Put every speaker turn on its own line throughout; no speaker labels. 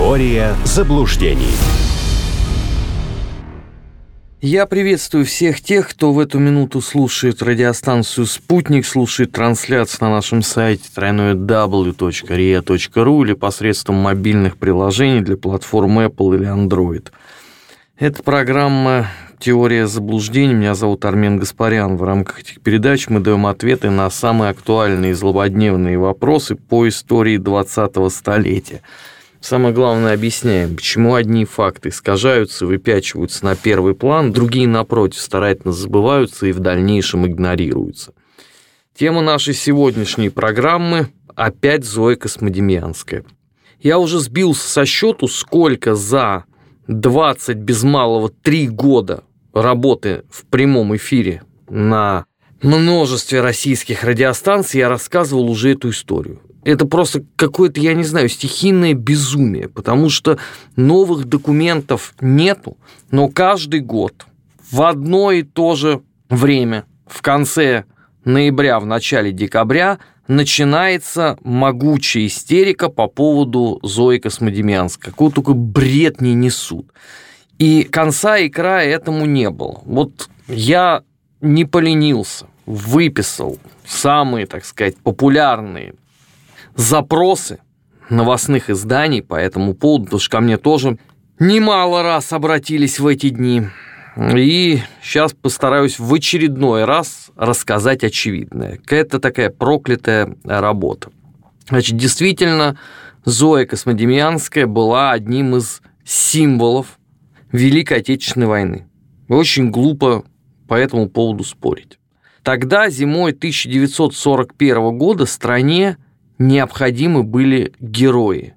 Теория заблуждений.
Я приветствую всех тех, кто в эту минуту слушает радиостанцию «Спутник», слушает трансляцию на нашем сайте www.ria.ru или посредством мобильных приложений для платформ Apple или Android. Это программа «Теория заблуждений». Меня зовут Армен Гаспарян. В рамках этих передач мы даем ответы на самые актуальные и злободневные вопросы по истории 20-го столетия. Самое главное, объясняем, почему одни факты искажаются, выпячиваются на первый план, другие, напротив, старательно забываются и в дальнейшем игнорируются. Тема нашей сегодняшней программы опять Зоя Космодемьянская. Я уже сбился со счету, сколько за 20 без малого 3 года работы в прямом эфире на множестве российских радиостанций я рассказывал уже эту историю. Это просто какое-то, я не знаю, стихийное безумие, потому что новых документов нету, но каждый год в одно и то же время, в конце ноября, в начале декабря, начинается могучая истерика по поводу Зои Космодемьянской. Какой только бред не несут. И конца и края этому не было. Вот я не поленился, выписал самые, так сказать, популярные запросы новостных изданий по этому поводу, потому что ко мне тоже немало раз обратились в эти дни. И сейчас постараюсь в очередной раз рассказать очевидное. Это такая проклятая работа. Значит, действительно, Зоя Космодемьянская была одним из символов Великой Отечественной войны. Очень глупо по этому поводу спорить. Тогда, зимой 1941 года, стране необходимы были герои,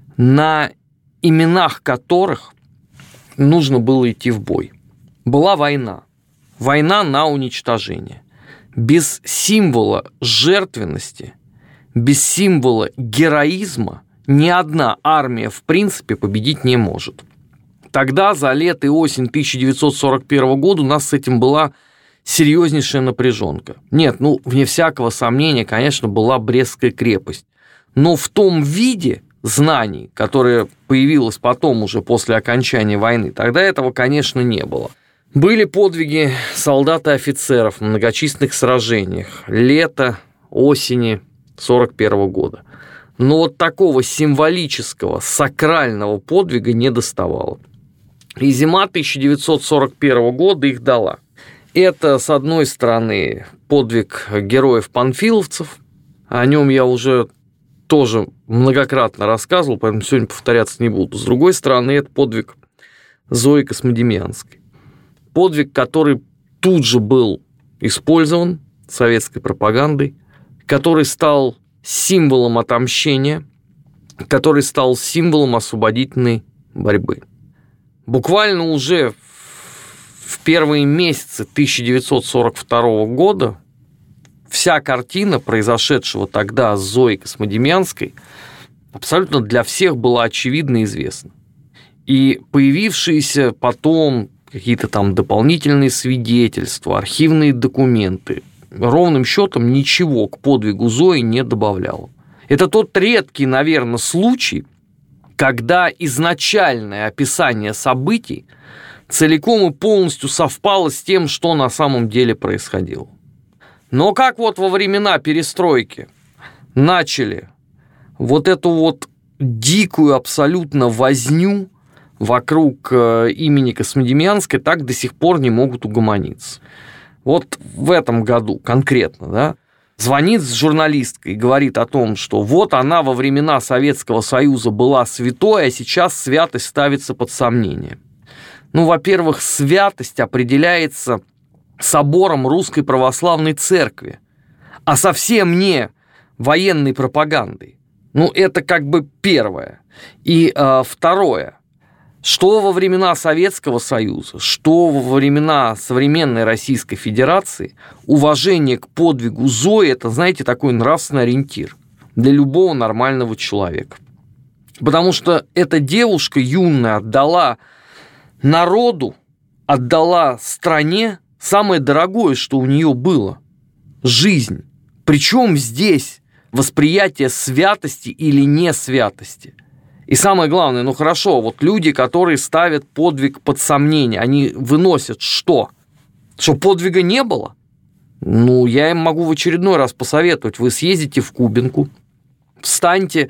на именах которых нужно было идти в бой. Была война. Война на уничтожение. Без символа жертвенности, без символа героизма ни одна армия, в принципе, победить не может. Тогда, за лето и осень 1941 года, у нас с этим была серьезнейшая напряженка. Нет, вне всякого сомнения, конечно, была Брестская крепость. Но в том виде знаний, которое появилось потом, уже после окончания войны, тогда этого, конечно, не было. Были подвиги солдат и офицеров в многочисленных сражениях лета, осени 1941 года. Но вот такого символического, сакрального подвига не доставало. И зима 1941 года их дала. Это, с одной стороны, подвиг героев-панфиловцев. О нем я уже тоже многократно рассказывал, поэтому сегодня повторяться не буду. С другой стороны, это подвиг Зои Космодемьянской. Подвиг, который тут же был использован советской пропагандой, который стал символом отомщения, который стал символом освободительной борьбы. Буквально уже в первые месяцы 1942 года вся картина произошедшего тогда с Зоей Космодемьянской абсолютно для всех была очевидна и известна. И появившиеся потом какие-то там дополнительные свидетельства, архивные документы ровным счетом ничего к подвигу Зои не добавляло. Это тот редкий, наверное, случай, когда изначальное описание событий целиком и полностью совпало с тем, что на самом деле происходило. Но как вот во времена перестройки начали вот эту вот дикую абсолютно возню вокруг имени Космодемьянской, так до сих пор не могут угомониться. Вот в этом году конкретно, да, звонит журналистка и говорит о том, что вот она во времена Советского Союза была святой, а сейчас святость ставится под сомнение. Во-первых, святость определяется собором Русской Православной Церкви, а совсем не военной пропагандой. Это как бы первое. И второе, что во времена Советского Союза, что во времена современной Российской Федерации уважение к подвигу Зои – это, знаете, такой нравственный ориентир для любого нормального человека. Потому что эта девушка юная отдала народу, отдала стране самое дорогое, что у нее было – жизнь. Причем здесь восприятие святости или не святости. И самое главное, ну хорошо, вот люди, которые ставят подвиг под сомнение, они выносят что? Что подвига не было? Ну, я им могу в очередной раз посоветовать. Вы съездите в Кубинку, встаньте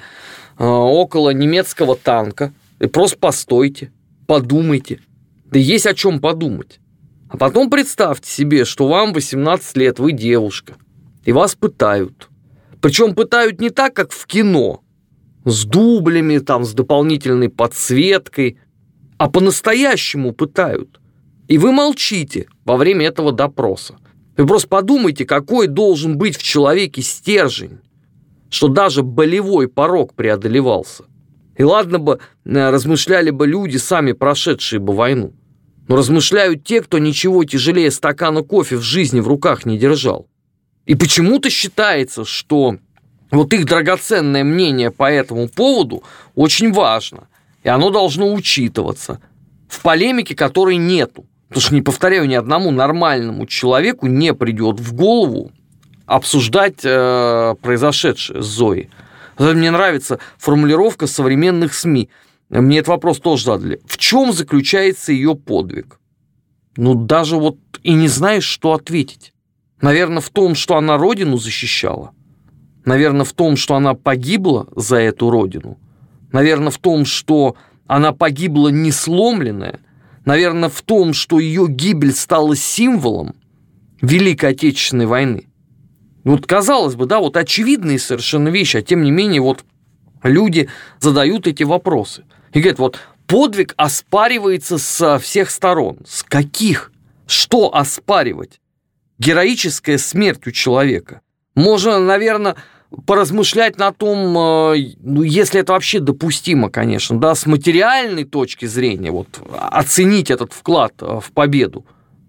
около немецкого танка и просто постойте, подумайте. Да есть о чем подумать. А потом представьте себе, что вам 18 лет, вы девушка, и вас пытают. Причем пытают не так, как в кино, с дублями, там, с дополнительной подсветкой, а по-настоящему пытают. И вы молчите во время этого допроса. Вы просто подумайте, какой должен быть в человеке стержень, что даже болевой порог преодолевался. И ладно бы размышляли бы люди, сами прошедшие бы войну. Но размышляют те, кто ничего тяжелее стакана кофе в жизни в руках не держал. И почему-то считается, что вот их драгоценное мнение по этому поводу очень важно, и оно должно учитываться в полемике, которой нету. Потому что, не повторяю, ни одному нормальному человеку не придет в голову обсуждать произошедшее с Зоей. Мне нравится формулировка современных СМИ. Мне этот вопрос тоже задали. В чем заключается ее подвиг? Ну, даже вот и не знаешь, что ответить. Наверное, в том, что она родину защищала. Наверное, в том, что она погибла за эту родину. Наверное, в том, что она погибла не сломленная. Наверное, в том, что ее гибель стала символом Великой Отечественной войны. Вот, казалось бы, да, вот очевидные совершенно вещи, а тем не менее вот люди задают эти вопросы. И говорят, вот подвиг оспаривается со всех сторон. С каких? Что оспаривать? Героическая смерть у человека. Можно, наверное, поразмышлять на том, ну, если это вообще допустимо, конечно, да, с материальной точки зрения, вот, оценить этот вклад в победу.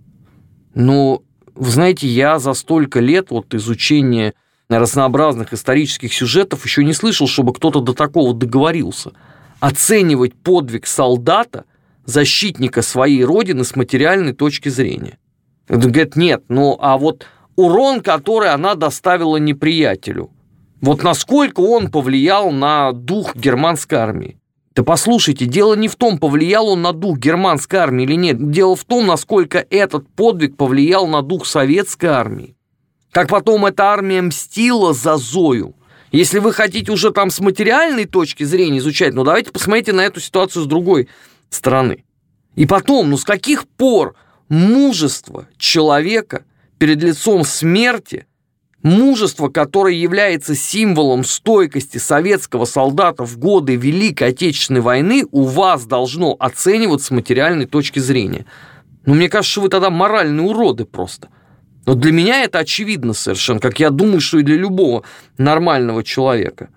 Но, вы знаете, я за столько лет вот изучения разнообразных исторических сюжетов еще не слышал, чтобы кто-то до такого договорился. Оценивать подвиг солдата, защитника своей родины с материальной точки зрения. Говорят, нет, ну а вот урон, который она доставила неприятелю, вот насколько он повлиял на дух германской армии? Да послушайте, дело не в том, повлиял он на дух германской армии или нет. Дело в том, насколько этот подвиг повлиял на дух советской армии. Как потом эта армия мстила за Зою. Если вы хотите уже там с материальной точки зрения изучать, ну давайте посмотрите на эту ситуацию с другой стороны. И потом, ну с каких пор мужество человека перед лицом смерти, мужество, которое является символом стойкости советского солдата в годы Великой Отечественной войны, у вас должно оцениваться с материальной точки зрения. Ну, мне кажется, что вы тогда моральные уроды просто. Но для меня это очевидно совершенно, как я думаю, что и для любого нормального человека.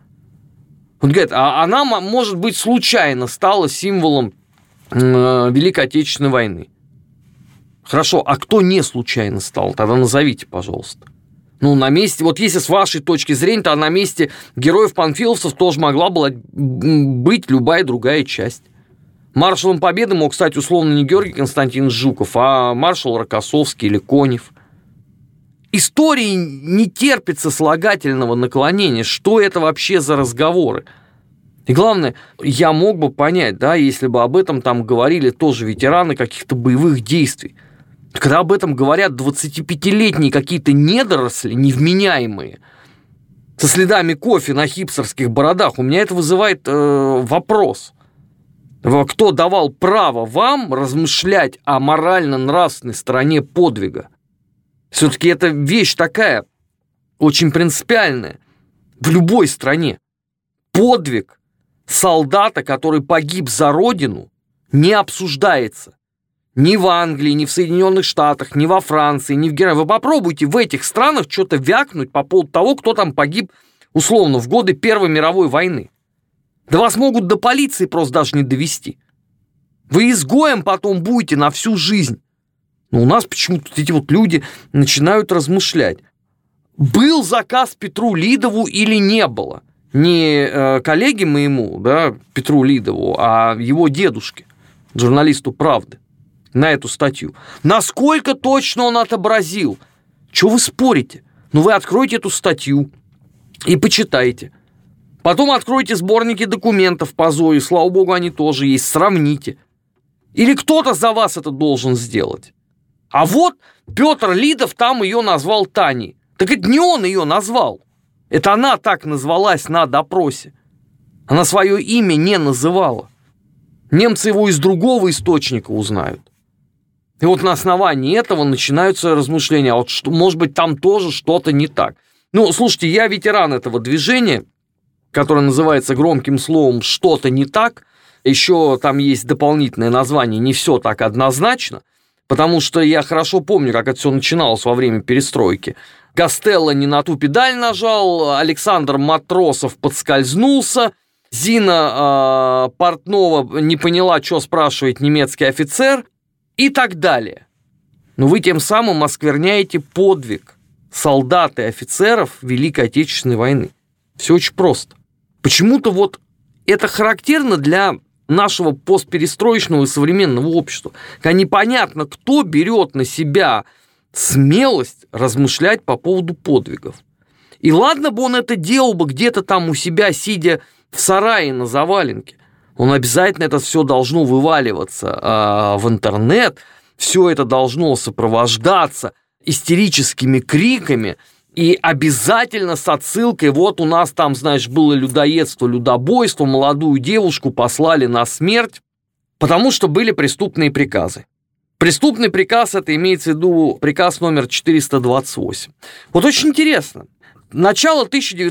Он говорит, а она, может быть, случайно стала символом Великой Отечественной войны. Хорошо, а кто не случайно стал? Тогда назовите, пожалуйста. Ну, на месте, вот если с вашей точки зрения, то на месте героев-панфиловцев тоже могла была быть любая другая часть. Маршалом Победы мог стать, условно, не Георгий Константинович Жуков, а маршал Рокоссовский или Конев. Истории не терпит сослагательного наклонения. Что это вообще за разговоры? И главное, я мог бы понять, да, если бы об этом там говорили тоже ветераны каких-то боевых действий. Когда об этом говорят 25-летние какие-то недоросли, невменяемые, со следами кофе на хипстерских бородах, у меня это вызывает вопрос. Кто давал право вам размышлять о морально-нравственной стороне подвига? Все-таки это вещь такая, очень принципиальная в любой стране. Подвиг солдата, который погиб за родину, не обсуждается. Ни в Англии, ни в Соединенных Штатах, ни во Франции, ни в Германии. Вы попробуйте в этих странах что-то вякнуть по поводу того, кто там погиб, условно, в годы Первой мировой войны. Да вас могут до полиции просто даже не довести. Вы изгоем потом будете на всю жизнь. Но у нас почему-то эти вот люди начинают размышлять. Был заказ Петру Лидову или не было? Не коллеге моему, да, Петру Лидову, а его дедушке, журналисту «Правды», на эту статью. Насколько точно он отобразил? Чего вы спорите? Ну, вы откройте эту статью и почитайте. Потом откройте сборники документов по Зое, слава богу, они тоже есть, сравните. Или кто-то за вас это должен сделать. А вот Петр Лидов там ее назвал Таней. Так это не он ее назвал. Это она так назвалась на допросе. Она свое имя не называла. Немцы его из другого источника узнают. И вот на основании этого начинаются размышления. А вот что, может быть, там тоже что-то не так. Ну, слушайте, я ветеран этого движения, которое называется громким словом «что-то не так». Еще там есть дополнительное название «не все так однозначно», потому что я хорошо помню, как это все начиналось во время перестройки. Гастелло не на ту педаль нажал, Александр Матросов подскользнулся, Зина Портнова не поняла, что спрашивает немецкий офицер и так далее. Но вы тем самым оскверняете подвиг солдат и офицеров Великой Отечественной войны. Все очень просто. Почему-то вот это характерно для нашего постперестроечного и современного общества. Когда непонятно, кто берет на себя смелость размышлять по поводу подвигов. И ладно бы он это делал бы где-то там у себя, сидя в сарае на заваленке. Он обязательно это все должно вываливаться в интернет, все это должно сопровождаться истерическими криками и обязательно с отсылкой, вот у нас там, знаешь, было людоедство, людобойство, молодую девушку послали на смерть, потому что были преступные приказы. Преступный приказ, это имеется в виду приказ номер 428. Вот очень интересно. Начало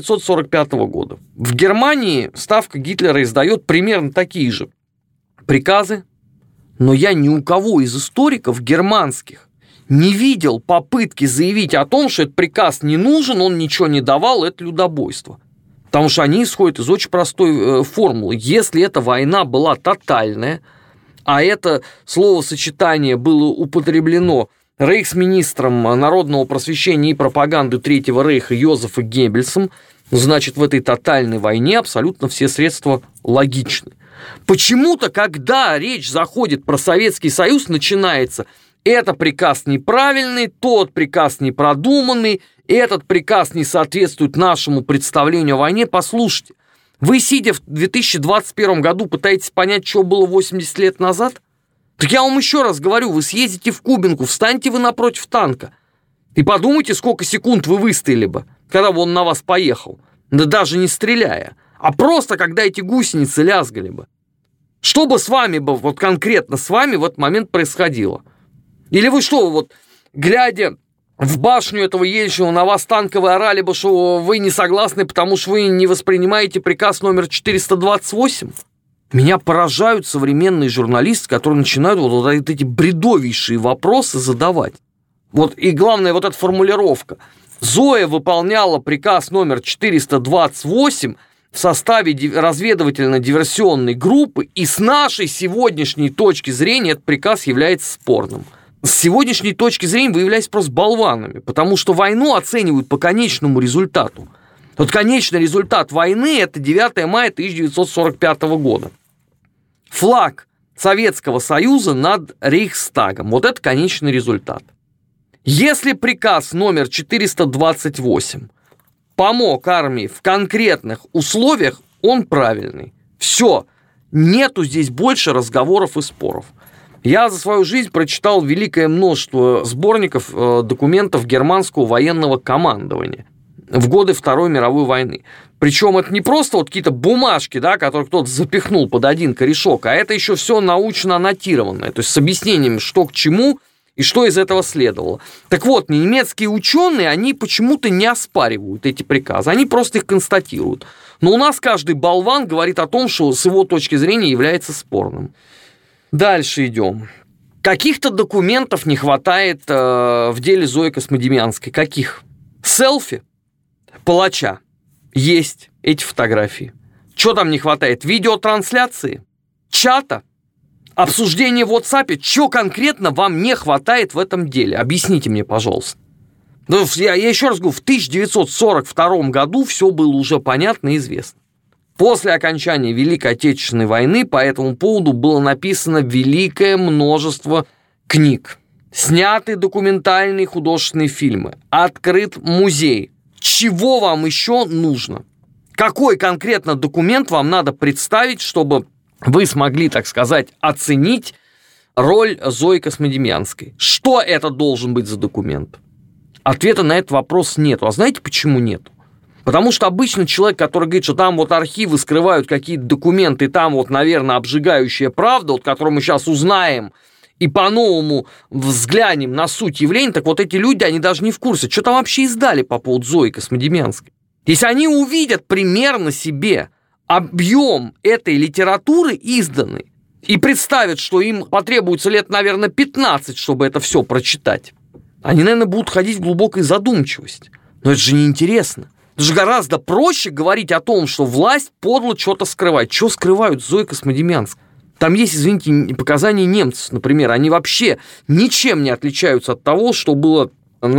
1945 года. В Германии ставка Гитлера издает примерно такие же приказы, но я ни у кого из историков германских не видел попытки заявить о том, что этот приказ не нужен, он ничего не давал, это людобойство. Потому что они исходят из очень простой формулы. Если эта война была тотальная, а это словосочетание было употреблено рейхсминистром народного просвещения и пропаганды Третьего рейха Йозефом Геббельсом, значит, в этой тотальной войне абсолютно все средства логичны. Почему-то, когда речь заходит про Советский Союз, начинается: это приказ неправильный, тот приказ непродуманный, этот приказ не соответствует нашему представлению о войне. Послушайте, вы, сидя в 2021 году, пытаетесь понять, что было 80 лет назад? Так я вам еще раз говорю, вы съездите в Кубинку, встаньте вы напротив танка и подумайте, сколько секунд вы выстояли бы, когда бы он на вас поехал, да даже не стреляя, а просто когда эти гусеницы лязгали бы. Что бы с вами, вот конкретно с вами в этот момент происходило? Или вы что, вот глядя в башню этого Ельцина, на вас танковые орали бы, что вы не согласны, потому что вы не воспринимаете приказ номер 428? Меня поражают современные журналисты, которые начинают вот эти бредовейшие вопросы задавать. Вот, и главное, вот эта формулировка. Зоя выполняла приказ номер 428 в составе разведывательно-диверсионной группы, и с нашей сегодняшней точки зрения этот приказ является спорным. С сегодняшней точки зрения вы являетесь просто болванами, потому что войну оценивают по конечному результату. Вот конечный результат войны – это 9 мая 1945 года. Флаг Советского Союза над Рейхстагом. Вот это конечный результат. Если приказ номер 428 помог армии в конкретных условиях, он правильный. Все. Нету здесь больше разговоров и споров. Я за свою жизнь прочитал великое множество сборников документов германского военного командования в годы Второй мировой войны. Причем это не просто вот какие-то бумажки, да, которые кто-то запихнул под один корешок, а это еще все научно аннотированное, то есть с объяснениями, что к чему и что из этого следовало. Так вот, немецкие ученые, они почему-то не оспаривают эти приказы, они просто их констатируют. Но у нас каждый болван говорит о том, что с его точки зрения является спорным. Дальше идем. Каких-то документов не хватает в деле Зои Космодемьянской. Каких? Селфи палача. Есть эти фотографии. Что там не хватает? Видеотрансляции? Чата? Обсуждение в WhatsApp? Что конкретно вам не хватает в этом деле? Объясните мне, пожалуйста. Я еще раз говорю, в 1942 году все было уже понятно и известно. После окончания Великой Отечественной войны по этому поводу было написано великое множество книг. Сняты документальные художественные фильмы. Открыт музей. Чего вам еще нужно? какой конкретно документ вам надо представить, чтобы вы смогли, так сказать, оценить роль Зои Космодемьянской? Что это должен быть за документ? Ответа на этот вопрос нет. А знаете, почему нет? Потому что обычно человек, который говорит, что там вот архивы скрывают какие-то документы, и там вот, наверное, обжигающая правда, вот, которую мы сейчас узнаем, и по-новому взглянем на суть явления, так вот эти люди, они даже не в курсе, что там вообще издали по поводу Зои Космодемьянской. Если они увидят примерно себе объем этой литературы изданной и представят, что им потребуется лет, наверное, 15, чтобы это все прочитать, они, наверное, будут ходить в глубокой задумчивости. Но это же неинтересно. Это же гораздо проще говорить о том, что власть подло что-то скрывает. Что скрывают Зои Космодемьянской? Там есть, извините, показания немцев, например. Они вообще ничем не отличаются от того, что было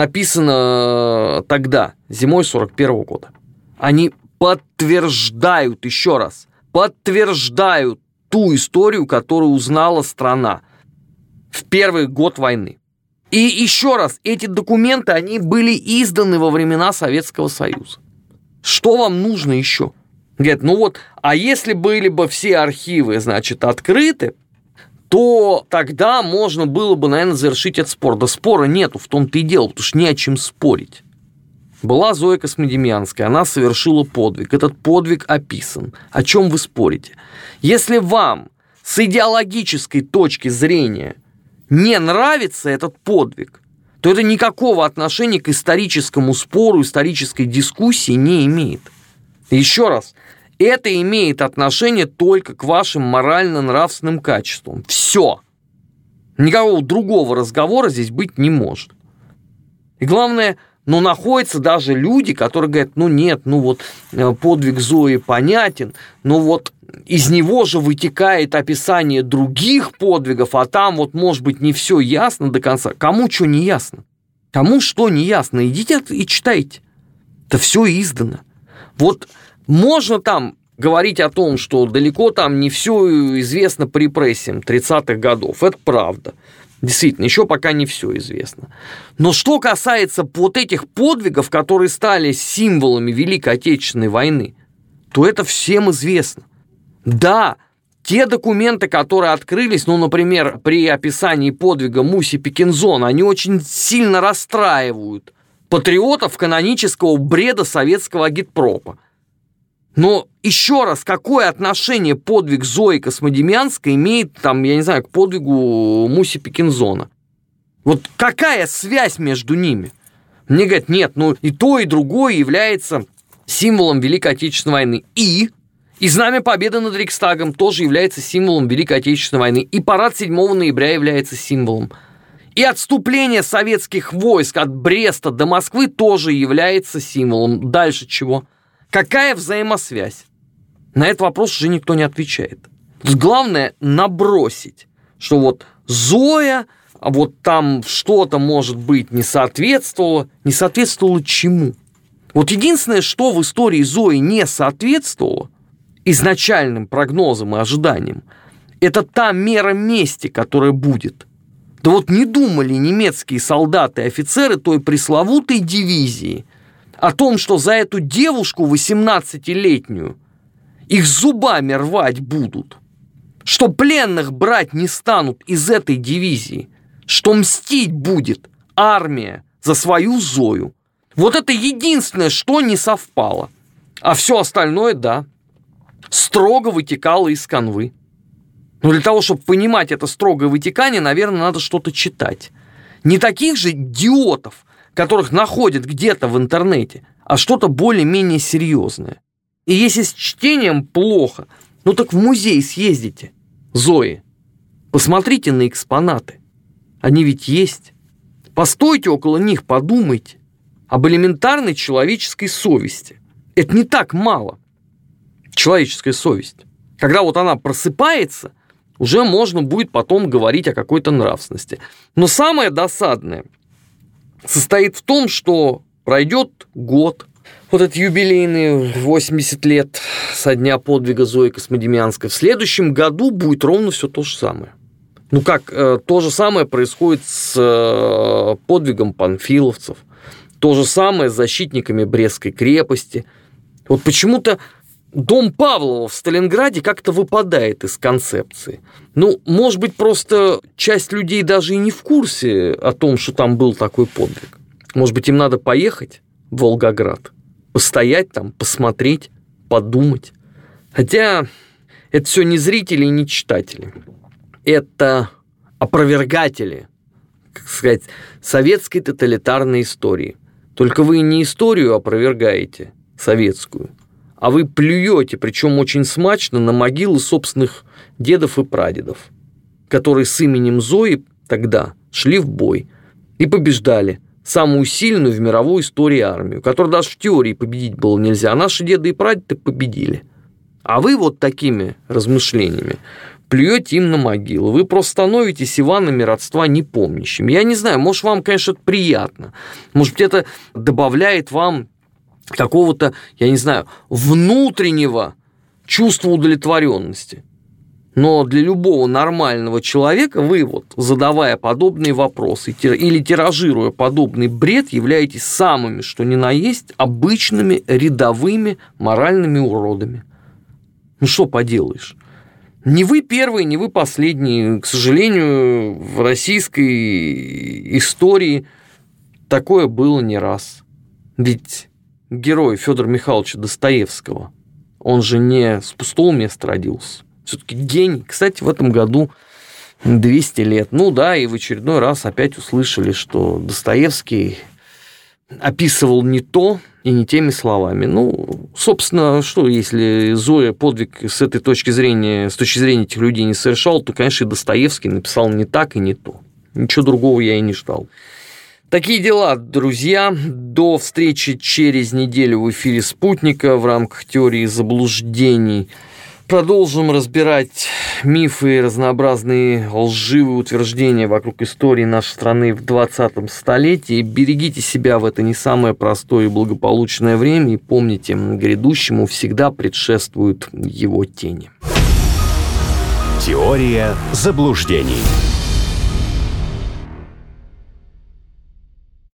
написано тогда, зимой 41 года. Они подтверждают, еще раз, подтверждают ту историю, которую узнала страна в первый год войны. И еще раз, эти документы, они были изданы во времена Советского Союза. Что вам нужно еще? Говорят, ну вот, а если были бы все архивы, значит, открыты, то тогда можно было бы, наверное, завершить этот спор. Да спора нету, в том-то и дело, потому что не о чем спорить. Была Зоя Космодемьянская, она совершила подвиг. Этот подвиг описан. О чем вы спорите? Если вам с идеологической точки зрения не нравится этот подвиг, то это никакого отношения к историческому спору, исторической дискуссии не имеет. Еще раз, это имеет отношение только к вашим морально-нравственным качествам. Все. Никакого другого разговора здесь быть не может. И главное, находятся даже люди, которые говорят, нет, подвиг Зои понятен, но вот из него же вытекает описание других подвигов, а там может быть, не все ясно до конца. Кому что не ясно? Кому что не ясно? Идите и читайте. Это все издано. Вот можно там говорить о том, что далеко там не все известно по репрессиям 30-х годов. Это правда. Действительно, еще пока не все известно. Но что касается вот этих подвигов, которые стали символами Великой Отечественной войны, то это всем известно. Да, те документы, которые открылись, например, при описании подвига Муси Пикинзона, они очень сильно расстраивают патриотов канонического бреда советского агитпропа. Но еще раз, какое отношение подвиг Зои Космодемьянской имеет, к подвигу Муси Пикинзона? Вот какая связь между ними? Мне говорят, нет, и то, и другое является символом Великой Отечественной войны. И Знамя Победы над Рейхстагом тоже является символом Великой Отечественной войны. И парад 7 ноября является символом. И отступление советских войск от Бреста до Москвы тоже является символом. Дальше чего? Какая взаимосвязь? На этот вопрос уже никто не отвечает. Главное набросить, что Зоя, там что-то, может быть, не соответствовало. Не соответствовало чему? Единственное, что в истории Зои не соответствовало изначальным прогнозам и ожиданиям, это та мера мести, которая будет. Да не думали немецкие солдаты и офицеры той пресловутой дивизии о том, что за эту девушку 18-летнюю их зубами рвать будут, что пленных брать не станут из этой дивизии, что мстить будет армия за свою Зою. Это единственное, что не совпало. А все остальное, да, строго вытекало из канвы. Но для того, чтобы понимать это строгое вытекание, наверное, надо что-то читать. Не таких же идиотов, которых находят где-то в интернете, а что-то более-менее серьезное. И если с чтением плохо, так в музей съездите, Зои. Посмотрите на экспонаты. Они ведь есть. Постойте около них, подумайте об элементарной человеческой совести. Это не так мало. Человеческая совесть. Когда она просыпается, уже можно будет потом говорить о какой-то нравственности. Но самое досадное состоит в том, что пройдет год, этот юбилейный 80 лет со дня подвига Зои Космодемьянской, в следующем году будет ровно все то же самое. То же самое происходит с подвигом панфиловцев, то же самое с защитниками Брестской крепости, Вот почему-то дом Павлова в Сталинграде как-то выпадает из концепции. Ну, может быть, просто часть людей даже и не в курсе о том, что там был такой подвиг. Может быть, им надо поехать в Волгоград, постоять там, посмотреть, подумать. Хотя это все не зрители и не читатели. Это опровергатели, как сказать, советской тоталитарной истории. Только вы не историю опровергаете, советскую, а вы плюете, причем очень смачно, на могилы собственных дедов и прадедов, которые с именем Зои тогда шли в бой и побеждали самую сильную в мировой истории армию, которую даже в теории победить было нельзя, а наши деды и прадеды победили. А вы вот такими размышлениями плюете им на могилу. Вы просто становитесь Иванами родства непомнящими. Я не знаю, может, вам, конечно, это приятно. Может быть, это добавляет вам какого-то, я не знаю, внутреннего чувства удовлетворенности. Но для любого нормального человека вы, вот, задавая подобные вопросы или тиражируя подобный бред, являетесь самыми, что ни на есть, обычными рядовыми моральными уродами. Ну, что поделаешь? Не вы первые, не вы последние. К сожалению, в российской истории такое было не раз. Ведь герой Федора Михайловича Достоевского, он же не с пустого места родился. Все-таки гений. Кстати, в этом году 200 лет. Ну да, и в очередной раз опять услышали, что Достоевский описывал не то и не теми словами. Ну, собственно, что, если Зоя подвиг с этой точки зрения, с точки зрения этих людей не совершал, то, конечно, и Достоевский написал не так и не то. Ничего другого я и не ждал. Такие дела, друзья. До встречи через неделю в эфире «Спутника» в рамках теории заблуждений. Продолжим разбирать мифы и разнообразные лживые утверждения вокруг истории нашей страны в 20 столетии. Берегите себя в это не самое простое и благополучное время и помните, грядущему всегда предшествуют его тени.
Теория заблуждений.